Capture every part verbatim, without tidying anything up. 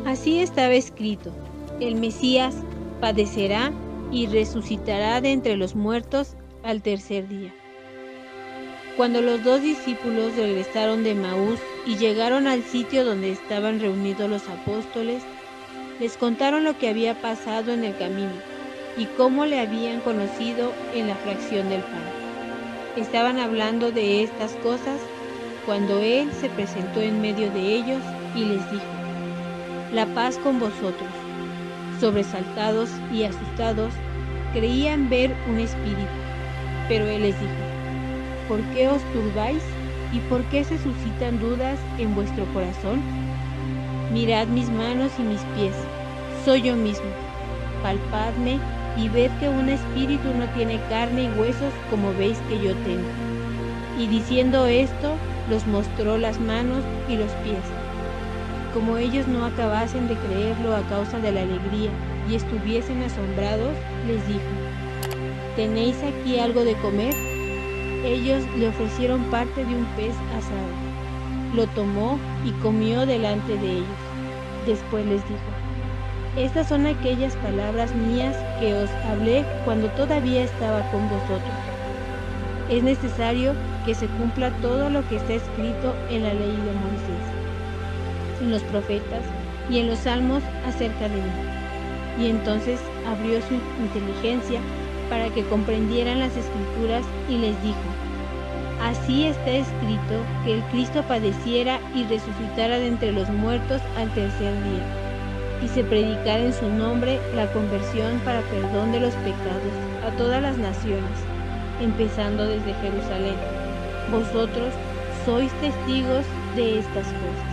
Así estaba escrito: el Mesías padecerá y resucitará de entre los muertos al tercer día. Cuando los dos discípulos regresaron de Emaús y llegaron al sitio donde estaban reunidos los apóstoles, les contaron lo que había pasado en el camino y cómo le habían conocido en la fracción del pan. Estaban hablando de estas cosas cuando Él se presentó en medio de ellos y les dijo: la paz con vosotros. Sobresaltados y asustados, creían ver un espíritu, pero Él les dijo: ¿por qué os turbáis y por qué se suscitan dudas en vuestro corazón? Mirad mis manos y mis pies, soy yo mismo. Palpadme y ved que un espíritu no tiene carne y huesos como veis que yo tengo. Y diciendo esto, los mostró las manos y los pies. Como ellos no acabasen de creerlo a causa de la alegría y estuviesen asombrados, les dijo: ¿tenéis aquí algo de comer? Ellos le ofrecieron parte de un pez asado. Lo tomó y comió delante de ellos. Después les dijo: estas son aquellas palabras mías que os hablé cuando todavía estaba con vosotros. Es necesario que se cumpla todo lo que está escrito en la ley de Moisés, en los profetas y en los salmos acerca de mí. Y entonces abrió su inteligencia para que comprendieran las escrituras y les dijo: así está escrito que el Cristo padeciera y resucitara de entre los muertos al tercer día, y se predicara en su nombre la conversión para perdón de los pecados a todas las naciones, empezando desde Jerusalén. Vosotros sois testigos de estas cosas.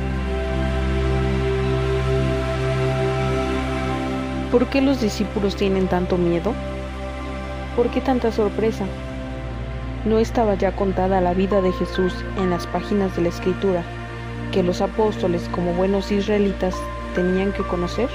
¿Por qué los discípulos tienen tanto miedo? ¿Por qué tanta sorpresa? ¿No estaba ya contada la vida de Jesús en las páginas de la Escritura, que los apóstoles, como buenos israelitas, tenían que conocer?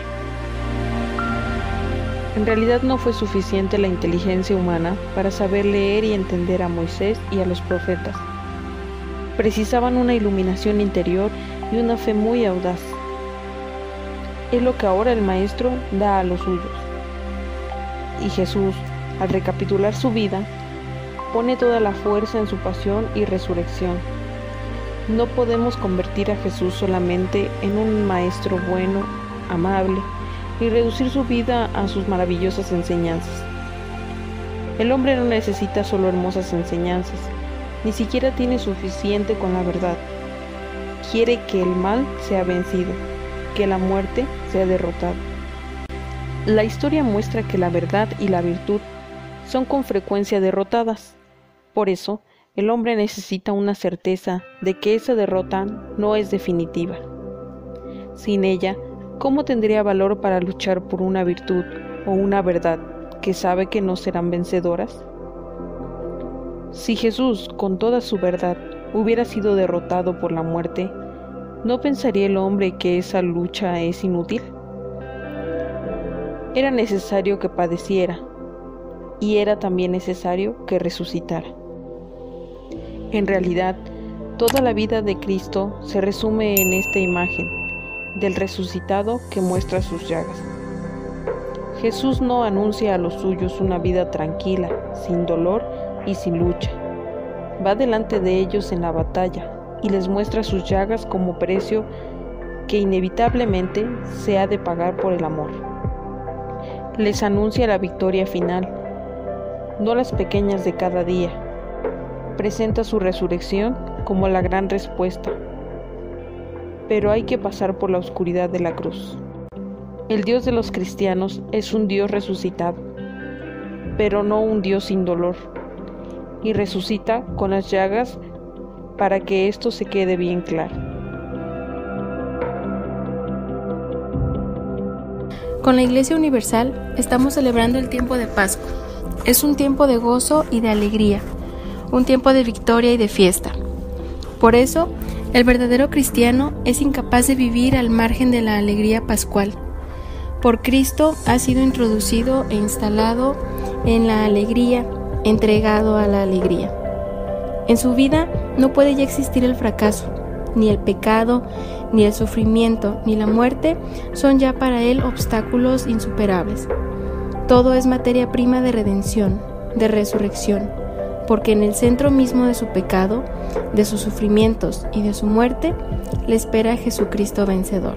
En realidad no fue suficiente la inteligencia humana para saber leer y entender a Moisés y a los profetas. Precisaban una iluminación interior y una fe muy audaz. Es lo que ahora el Maestro da a los suyos. Y Jesús, al recapitular su vida, pone toda la fuerza en su pasión y resurrección. No podemos convertir a Jesús solamente en un maestro bueno, amable, y reducir su vida a sus maravillosas enseñanzas. El hombre no necesita solo hermosas enseñanzas, ni siquiera tiene suficiente con la verdad. Quiere que el mal sea vencido, que la muerte sea derrotada. La historia muestra que la verdad y la virtud son con frecuencia derrotadas. Por eso, el hombre necesita una certeza de que esa derrota no es definitiva. Sin ella, ¿cómo tendría valor para luchar por una virtud o una verdad que sabe que no serán vencedoras? Si Jesús, con toda su verdad, hubiera sido derrotado por la muerte, ¿no pensaría el hombre que esa lucha es inútil? Era necesario que padeciera, y era también necesario que resucitara. En realidad, toda la vida de Cristo se resume en esta imagen del resucitado que muestra sus llagas. Jesús no anuncia a los suyos una vida tranquila, sin dolor y sin lucha. Va delante de ellos en la batalla y les muestra sus llagas como precio que inevitablemente se ha de pagar por el amor. Les anuncia la victoria final, no las pequeñas de cada día. Presenta su resurrección como la gran respuesta, pero hay que pasar por la oscuridad de la cruz. El Dios de los cristianos es un Dios resucitado, pero no un Dios sin dolor, y resucita con las llagas para que esto se quede bien claro. Con la Iglesia Universal estamos celebrando el tiempo de Pascua. Es un tiempo de gozo y de alegría, un tiempo de victoria y de fiesta. Por eso, el verdadero cristiano es incapaz de vivir al margen de la alegría pascual. Por Cristo ha sido introducido e instalado en la alegría, entregado a la alegría. En su vida no puede ya existir el fracaso, ni el pecado, ni el sufrimiento, ni la muerte son ya para él obstáculos insuperables. Todo es materia prima de redención, de resurrección, porque en el centro mismo de su pecado, de sus sufrimientos y de su muerte, le espera Jesucristo vencedor.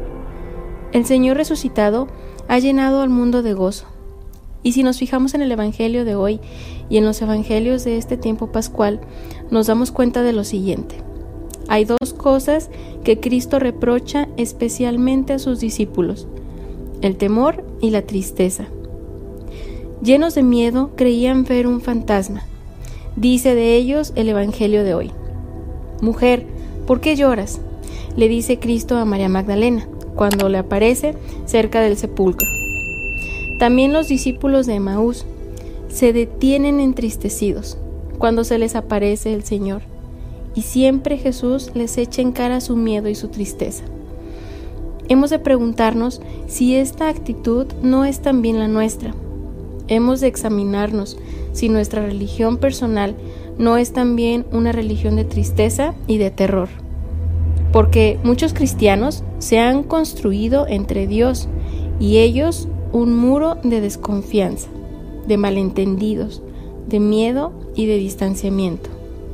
El Señor resucitado ha llenado al mundo de gozo. Y si nos fijamos en el Evangelio de hoy y en los Evangelios de este tiempo pascual, nos damos cuenta de lo siguiente. Hay dos cosas que Cristo reprocha especialmente a sus discípulos: el temor y la tristeza. Llenos de miedo, creían ver un fantasma. Dice de ellos el Evangelio de hoy: Mujer, ¿por qué lloras?, le dice Cristo a María Magdalena cuando le aparece cerca del sepulcro. También los discípulos de Emaús se detienen entristecidos cuando se les aparece el Señor, y siempre Jesús les echa en cara su miedo y su tristeza. Hemos de preguntarnos si esta actitud no es también la nuestra. Hemos de examinarnos si nuestra religión personal no es también una religión de tristeza y de terror. Porque muchos cristianos se han construido entre Dios y ellos un muro de desconfianza, de malentendidos, de miedo y de distanciamiento.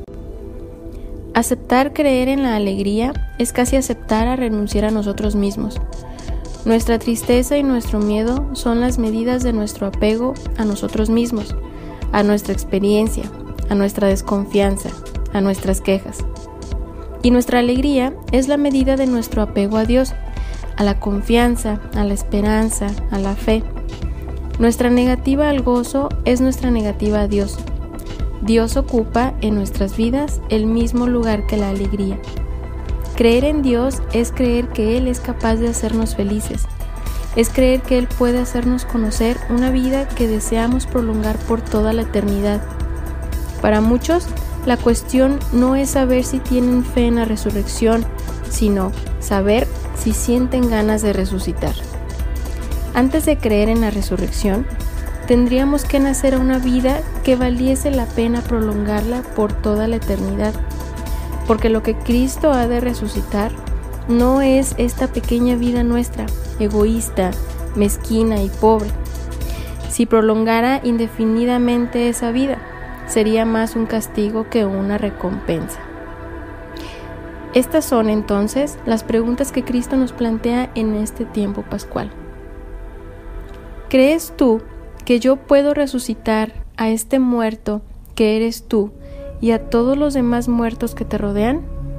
Aceptar creer en la alegría es casi aceptar a renunciar a nosotros mismos. Nuestra tristeza y nuestro miedo son las medidas de nuestro apego a nosotros mismos, a nuestra experiencia, a nuestra desconfianza, a nuestras quejas. Y nuestra alegría es la medida de nuestro apego a Dios, a la confianza, a la esperanza, a la fe. Nuestra negativa al gozo es nuestra negativa a Dios. Dios ocupa en nuestras vidas el mismo lugar que la alegría. Creer en Dios es creer que Él es capaz de hacernos felices. Es creer que Él puede hacernos conocer una vida que deseamos prolongar por toda la eternidad. Para muchos, la cuestión no es saber si tienen fe en la resurrección, sino saber si sienten ganas de resucitar. Antes de creer en la resurrección, tendríamos que nacer a una vida que valiese la pena prolongarla por toda la eternidad, porque lo que Cristo ha de resucitar no es esta pequeña vida nuestra, egoísta, mezquina y pobre. Si prolongara indefinidamente esa vida, sería más un castigo que una recompensa. Estas son entonces las preguntas que Cristo nos plantea en este tiempo pascual. ¿Crees tú que yo puedo resucitar a este muerto que eres tú y a todos los demás muertos que te rodean?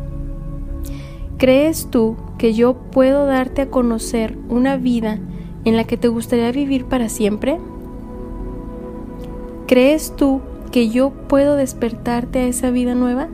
¿Crees tú que yo puedo darte a conocer una vida en la que te gustaría vivir para siempre? ¿Crees tú que yo puedo despertarte a esa vida nueva?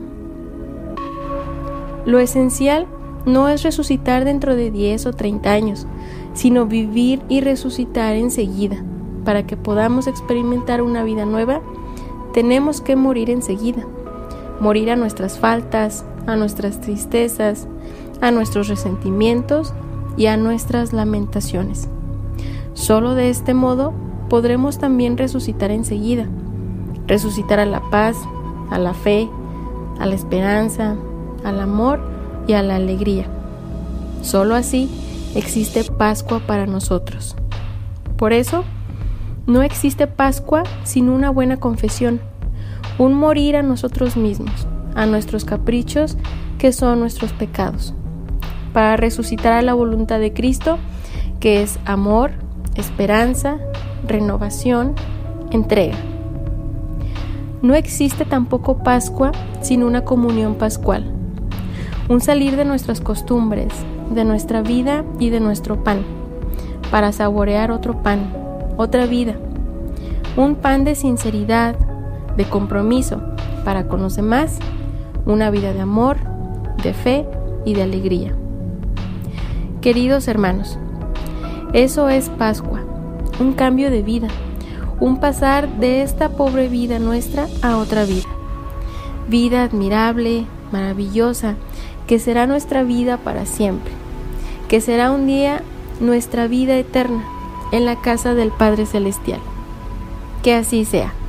Lo esencial no es resucitar dentro de diez o treinta años, sino vivir y resucitar enseguida. Para que podamos experimentar una vida nueva, tenemos que morir enseguida. Morir a nuestras faltas, a nuestras tristezas, a nuestros resentimientos y a nuestras lamentaciones. Solo de este modo podremos también resucitar enseguida. Resucitar a la paz, a la fe, a la esperanza, al amor y a la alegría. Solo así existe Pascua para nosotros. Por eso, no existe Pascua sin una buena confesión, un morir a nosotros mismos, a nuestros caprichos que son nuestros pecados, para resucitar a la voluntad de Cristo, que es amor, esperanza, renovación, entrega. No existe tampoco Pascua sin una comunión pascual, un salir de nuestras costumbres, de nuestra vida y de nuestro pan, para saborear otro pan, otra vida, un pan de sinceridad, de compromiso para con los demás, una vida de amor, de fe y de alegría. Queridos hermanos, eso es Pascua, un cambio de vida, un pasar de esta pobre vida nuestra a otra vida, vida admirable, maravillosa, que será nuestra vida para siempre, que será un día nuestra vida eterna en la casa del Padre Celestial. Que así sea.